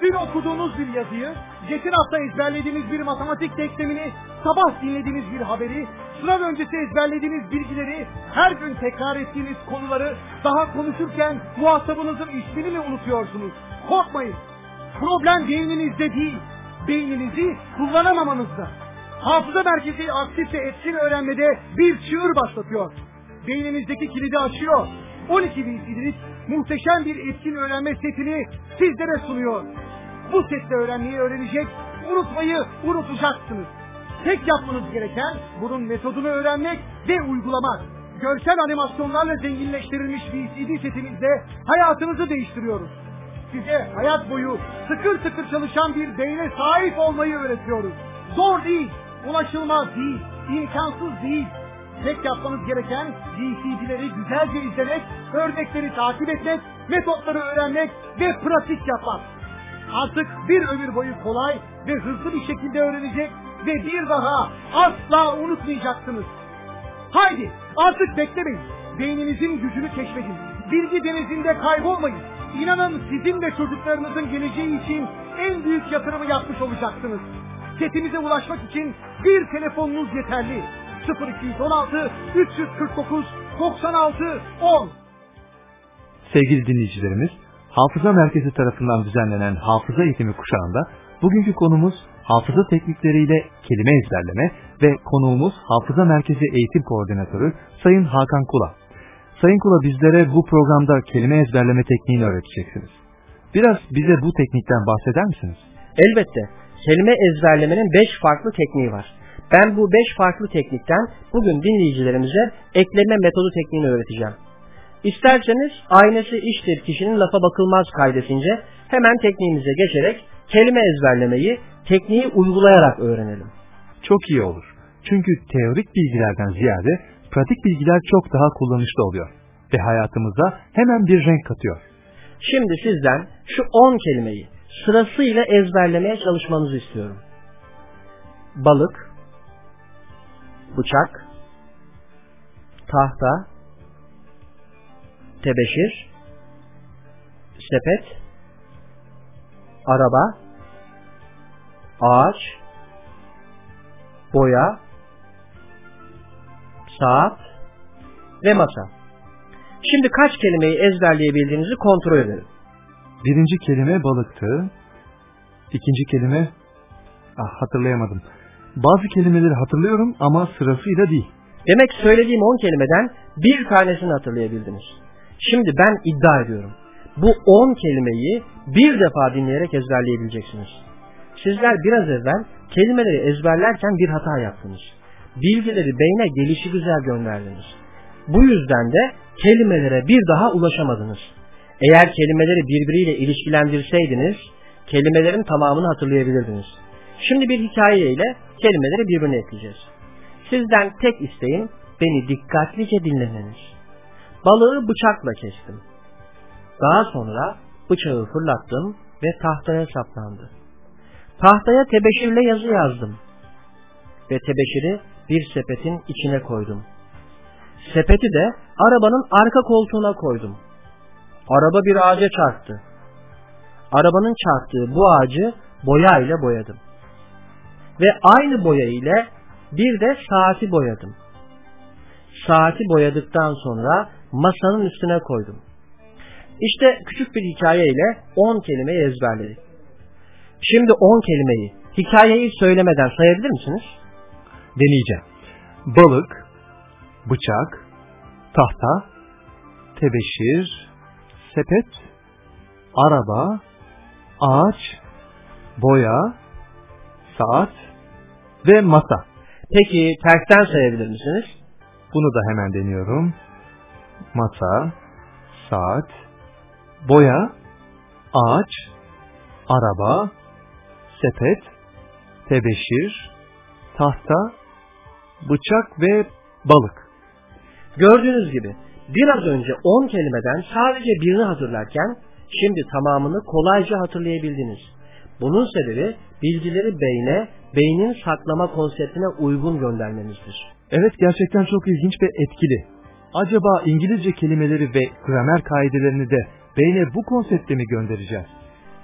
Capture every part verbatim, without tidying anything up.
dün okuduğunuz bir yazıyı, geçen hafta ezberlediğiniz bir matematik denklemini, sabah dinlediğiniz bir haberi, sınav öncesi ezberlediğiniz bilgileri, her gün tekrar ettiğiniz konuları daha konuşurken muhatabınızın ismini mi unutuyorsunuz? Korkmayın. Problem beyninizde değil, beyninizi kullanamamanızda. Hafıza merkezi aktif ve etkin öğrenmede bir çığır başlatıyor. Beyninizdeki kilidi açıyor. on iki bin senelik muhteşem bir etkin öğrenme setini sizlere sunuyor. Bu sette öğrenmeyi öğrenecek, unutmayı unutacaksınız. Tek yapmanız gereken bunun metodunu öğrenmek ve uygulamak. Görsel animasyonlarla zenginleştirilmiş bir C D setimizde hayatınızı değiştiriyoruz. Size hayat boyu sıkır sıkır çalışan bir beyne sahip olmayı öğretiyoruz. Zor değil, ulaşılmaz değil, imkansız değil. Tek yapmanız gereken V C D'leri güzelce izlemek, örnekleri takip etmek, metotları öğrenmek ve pratik yapmak. Artık bir ömür boyu kolay ve hızlı bir şekilde öğrenecek ve bir daha asla unutmayacaksınız. Haydi artık beklemeyin. Beyninizin gücünü keşfedin. Bilgi denizinde kaybolmayın. İnanın sizin ve çocuklarınızın geleceği için en büyük yatırımı yapmış olacaksınız. Setimize ulaşmak için bir telefonunuz yeterli. sıfır iki on altı üç yüz kırk dokuz doksan altı on. Sevgili dinleyicilerimiz, Hafıza Merkezi tarafından düzenlenen hafıza eğitimi kuşağında bugünkü konumuz hafıza teknikleriyle kelime ezberleme ve konuğumuz Hafıza Merkezi Eğitim Koordinatörü Sayın Hakan Kula. Sayın Kula, bizlere bu programda kelime ezberleme tekniğini öğreteceksiniz. Biraz bize bu teknikten bahseder misiniz? Elbette. Kelime ezberlemenin beş farklı tekniği var. Ben bu beş farklı teknikten bugün dinleyicilerimize ekleme metodu tekniğini öğreteceğim. İsterseniz aynesi iştir kişinin lafa bakılmaz kaidesince hemen tekniğimize geçerek kelime ezberlemeyi tekniği uygulayarak öğrenelim. Çok iyi olur. Çünkü teorik bilgilerden ziyade pratik bilgiler çok daha kullanışlı oluyor ve hayatımıza hemen bir renk katıyor. Şimdi sizden şu on kelimeyi sırasıyla ezberlemeye çalışmanızı istiyorum. Balık, bıçak, tahta, tebeşir, sepet, araba, ağaç, boya, saat ve masa. Şimdi kaç kelimeyi ezberleyebildiğinizi kontrol edelim. Birinci kelime balıktı. İkinci kelime ah, hatırlayamadım. Bazı kelimeleri hatırlıyorum ama sırasıyla değil. Demek söylediğim on kelimeden bir tanesini hatırlayabildiniz. Şimdi ben iddia ediyorum. Bu on kelimeyi bir defa dinleyerek ezberleyebileceksiniz. Sizler biraz evvel kelimeleri ezberlerken bir hata yaptınız. Bilgileri beyne gelişigüzel gönderdiniz. Bu yüzden de kelimelere bir daha ulaşamadınız. Eğer kelimeleri birbiriyle ilişkilendirseydiniz, kelimelerin tamamını hatırlayabilirdiniz. Şimdi bir hikayeyle kelimeleri birbirine ekleyeceğiz. Sizden tek isteğim beni dikkatlice dinlemeniz. Balığı bıçakla kestim. Daha sonra bıçağı fırlattım ve tahtaya saplandı. Tahtaya tebeşirle yazı yazdım. Ve tebeşiri bir sepetin içine koydum. Sepeti de arabanın arka koltuğuna koydum. Araba bir ağaca çarptı. Arabanın çarptığı bu ağacı boya ile boyadım. Ve aynı boya ile bir de saati boyadım. Saati boyadıktan sonra masanın üstüne koydum. İşte küçük bir hikaye ile on kelimeyi ezberledik. Şimdi on kelimeyi hikayeyi söylemeden sayabilir misiniz? Deneyeceğim. Balık, bıçak, tahta, tebeşir, sepet, araba, ağaç, boya, saat ve masa. Peki tersten sayabilir misiniz? Bunu da hemen deniyorum. Masa, saat, boya, ağaç, araba, sepet, tebeşir, tahta, bıçak ve balık. Gördüğünüz gibi biraz önce on kelimeden sadece birini hatırlarken şimdi tamamını kolayca hatırlayabildiniz. Bunun sebebi bilgileri beyne, beynin saklama konseptine uygun göndermenizdir. Evet, gerçekten çok ilginç ve etkili. Acaba İngilizce kelimeleri ve gramer kaidelerini de beyne bu konseptle mi göndereceğiz?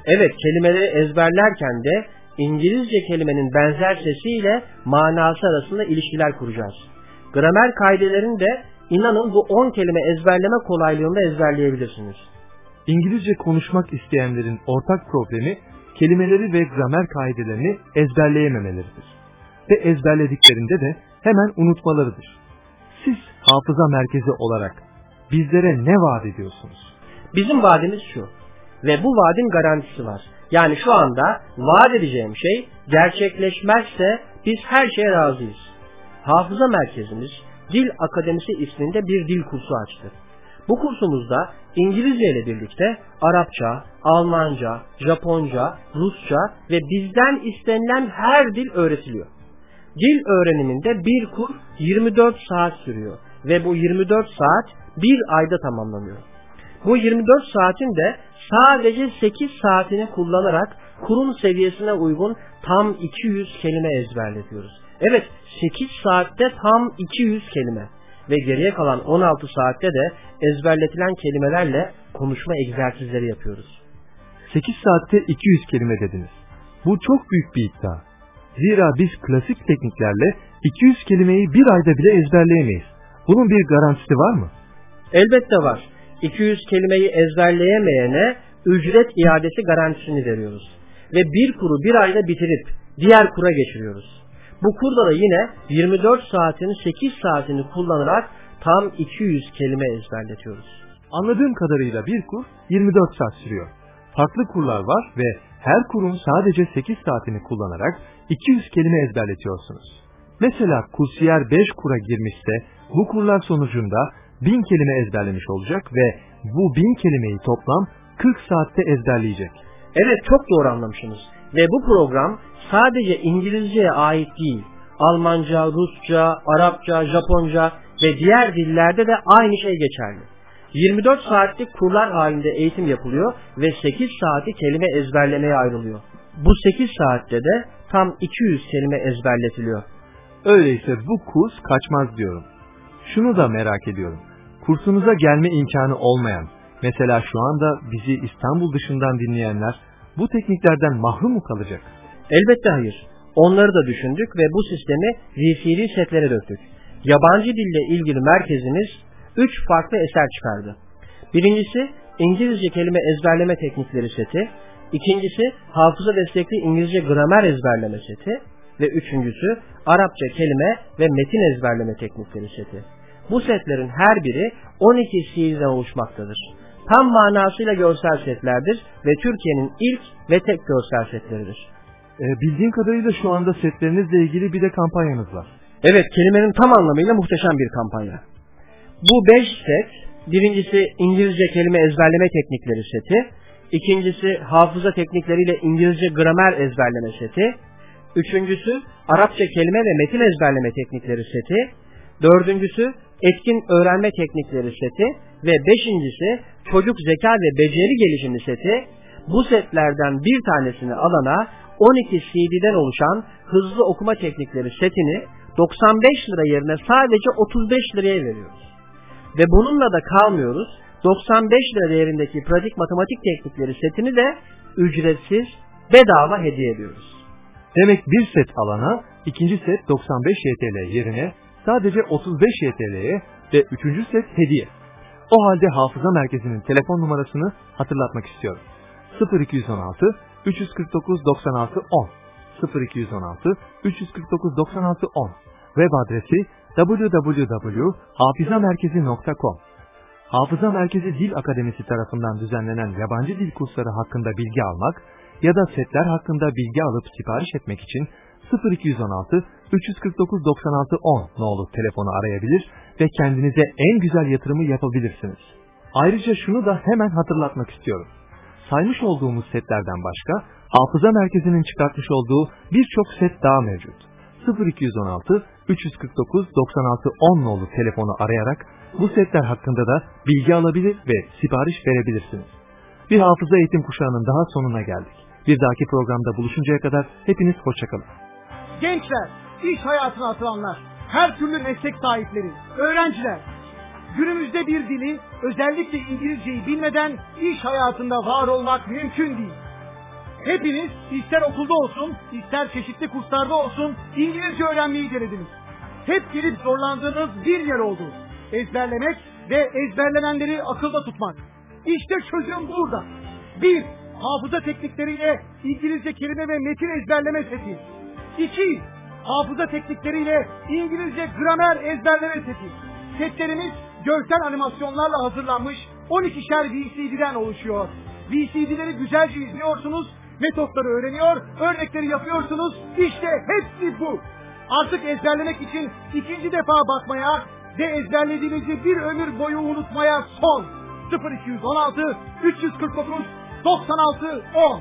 Evet, kelimeleri ezberlerken de İngilizce kelimenin benzer sesiyle manası arasında ilişkiler kuracağız. Gramer kaidelerini de inanın bu on kelime ezberleme kolaylığında ezberleyebilirsiniz. İngilizce konuşmak isteyenlerin ortak problemi kelimeleri ve gramer kaidelerini ezberleyememeleridir. Ve ezberlediklerinde de hemen unutmalarıdır. Siz hafıza merkezi olarak bizlere ne vaat ediyorsunuz? Bizim vaadimiz şu ve bu vaadin garantisi var. Yani şu anda vaat edeceğim şey gerçekleşmezse biz her şeye razıyız. Hafıza merkezimiz Dil Akademisi isminde bir dil kursu açtı. Bu kursumuzda İngilizce ile birlikte Arapça, Almanca, Japonca, Rusça ve bizden istenilen her dil öğretiliyor. Dil öğreniminde bir kurs yirmi dört saat sürüyor ve bu yirmi dört saat bir ayda tamamlanıyor. Bu yirmi dört saatin de sadece sekiz saatini kullanarak kurun seviyesine uygun tam iki yüz kelime ezberletiyoruz. Evet, sekiz saatte tam iki yüz kelime ve geriye kalan on altı saatte de ezberletilen kelimelerle konuşma egzersizleri yapıyoruz. sekiz saatte iki yüz kelime dediniz. Bu çok büyük bir iddia. Zira biz klasik tekniklerle iki yüz kelimeyi bir ayda bile ezberleyemeyiz. Bunun bir garantisi var mı? Elbette var. iki yüz kelimeyi ezberleyemeyene ücret iadesi garantisini veriyoruz. Ve bir kuru bir ayda bitirip diğer kura geçiriyoruz. Bu kurda da yine yirmi dört saatin sekiz saatini kullanarak tam iki yüz kelime ezberletiyoruz. Anladığım kadarıyla bir kur yirmi dört saat sürüyor. Farklı kurlar var ve her kurun sadece sekiz saatini kullanarak iki yüz kelime ezberletiyorsunuz. Mesela kursiyer beş kura girmişse bu kurlar sonucunda bin kelime ezberlemiş olacak ve bu bin kelimeyi toplam kırk saatte ezberleyecek. Evet, çok doğru anlamışsınız. Ve bu program sadece İngilizceye ait değil. Almanca, Rusça, Arapça, Japonca ve diğer dillerde de aynı şey geçerli. yirmi dört saatlik kurlar halinde eğitim yapılıyor ve sekiz saati kelime ezberlemeye ayrılıyor. Bu sekiz saatte de tam iki yüz kelime ezberletiliyor. Öyleyse bu kurs kaçmaz diyorum. Şunu da merak ediyorum. Kursunuza gelme imkanı olmayan, mesela şu anda bizi İstanbul dışından dinleyenler bu tekniklerden mahrum mu kalacak? Elbette hayır. Onları da düşündük ve bu sistemi V C D setlere döktük. Yabancı dille ilgili merkezimiz üç farklı eser çıkardı. Birincisi İngilizce kelime ezberleme teknikleri seti, ikincisi hafıza destekli İngilizce gramer ezberleme seti ve üçüncüsü Arapça kelime ve metin ezberleme teknikleri seti. Bu setlerin her biri on iki C D'den oluşmaktadır. Tam manasıyla görsel setlerdir ve Türkiye'nin ilk ve tek görsel setleridir. E, bildiğim kadarıyla şu anda setlerinizle ilgili bir de kampanyanız var. Evet, kelimenin tam anlamıyla muhteşem bir kampanya. Bu beş set, birincisi İngilizce kelime ezberleme teknikleri seti, ikincisi hafıza teknikleriyle İngilizce gramer ezberleme seti, üçüncüsü Arapça kelime ve metin ezberleme teknikleri seti, dördüncüsü etkin öğrenme teknikleri seti ve beşincisi çocuk zeka ve beceri gelişimi seti. Bu setlerden bir tanesini alana on iki C D'den oluşan hızlı okuma teknikleri setini doksan beş lira yerine sadece otuz beş liraya veriyoruz. Ve bununla da kalmıyoruz. doksan beş lira değerindeki pratik matematik teknikleri setini de ücretsiz, bedava hediye ediyoruz. Demek bir set alana ikinci set doksan beş Y T L yerine sadece otuz beş Y T L'ye ve üçüncü set hediye. O halde hafıza merkezinin telefon numarasını hatırlatmak istiyorum. sıfır iki yüz on altı üç yüz kırk dokuz doksan altı on sıfır iki yüz on altı üç yüz kırk dokuz doksan altı on Web adresi double-u double-u double-u nokta hafizamerkezi nokta com. Hafıza Merkezi Dil Akademisi tarafından düzenlenen yabancı dil kursları hakkında bilgi almak ya da setler hakkında bilgi alıp sipariş etmek için sıfır iki yüz on altı üç yüz kırk dokuz doksan altı on nolu telefonu arayabilir ve kendinize en güzel yatırımı yapabilirsiniz. Ayrıca şunu da hemen hatırlatmak istiyorum. Saymış olduğumuz setlerden başka Hafıza Merkezi'nin çıkartmış olduğu birçok set daha mevcut. sıfır iki yüz on altı üç yüz kırk dokuz doksan altı on nolu telefonu arayarak bu setler hakkında da bilgi alabilir ve sipariş verebilirsiniz. Bir hafıza eğitim kuşağının daha sonuna geldik. Bir dahaki programda buluşuncaya kadar hepiniz hoşçakalın. Gençler, iş hayatına atılanlar, her türlü meslek sahipleri, öğrenciler, günümüzde bir dili, özellikle İngilizceyi bilmeden iş hayatında var olmak mümkün değil. Hepiniz ister okulda olsun, ister çeşitli kurslarda olsun İngilizce öğrenmeyi denediniz. Hep gelip zorlandığınız bir yer oldu. Ezberlemek ve ezberlenenleri akılda tutmak. İşte çözüm burada. Bir, hafıza teknikleriyle İngilizce kelime ve metin ezberleme seti. İki, hafıza teknikleriyle İngilizce gramer ezberleme seti. Setlerimiz görsel animasyonlarla hazırlanmış on ikişer V C D'den oluşuyor. V C D'leri güzelce izliyorsunuz, metotları öğreniyor, örnekleri yapıyorsunuz. İşte hepsi bu. Artık ezberlemek için ikinci defa bakmaya ve ezberlediğinizi bir ömür boyu unutmaya son. sıfır iki on altı üç yüz kırk dokuz doksan altı on.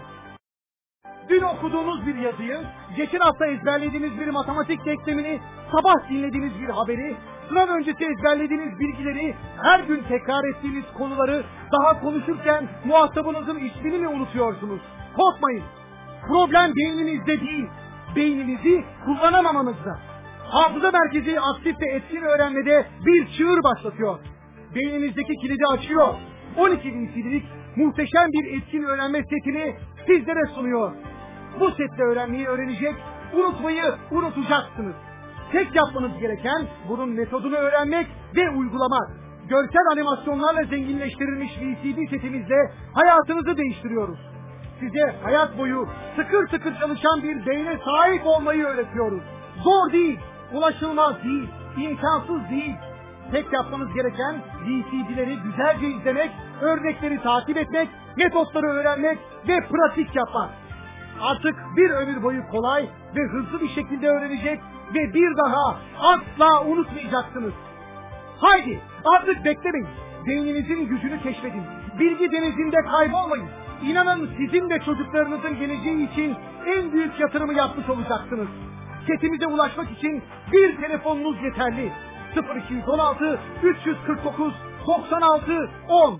Dün okuduğunuz bir yazıyı, geçen hafta ezberlediğiniz bir matematik denklemini, sabah dinlediğiniz bir haberi, sınav öncesi ezberlediğiniz bilgileri, her gün tekrar ettiğiniz konuları daha konuşurken muhatabınızın ismini mi unutuyorsunuz? Korkmayın. Problem beyninizde değil, beyninizi kullanamamanızda. Hafıza merkezi aktif ve etkin öğrenmede bir çığır başlatıyor. Beyninizdeki kilidi açıyor. on iki V C D'lik muhteşem bir etkin öğrenme setini sizlere sunuyor. Bu setle öğrenmeyi öğrenecek, unutmayı unutacaksınız. Tek yapmanız gereken bunun metodunu öğrenmek ve uygulamak. Görsel animasyonlarla zenginleştirilmiş V C D setimizle hayatınızı değiştiriyoruz. Size hayat boyu sıkır sıkır çalışan bir beyne sahip olmayı öğretiyoruz. Zor değil, ulaşılmaz değil, imkansız değil. Tek yapmanız gereken V C D'leri güzelce izlemek, örnekleri takip etmek, metotları öğrenmek ve pratik yapmak. Artık bir ömür boyu kolay ve hızlı bir şekilde öğrenecek ve bir daha asla unutmayacaksınız. Haydi artık beklemeyin. Beyninizin gücünü keşfedin. Bilgi denizinde kaybolmayın. İnanın sizin ve çocuklarınızın geleceği için en büyük yatırımı yapmış olacaksınız. Setimize ulaşmak için bir telefonunuz yeterli. sıfır iki on altı üç yüz kırk dokuz doksan altı on.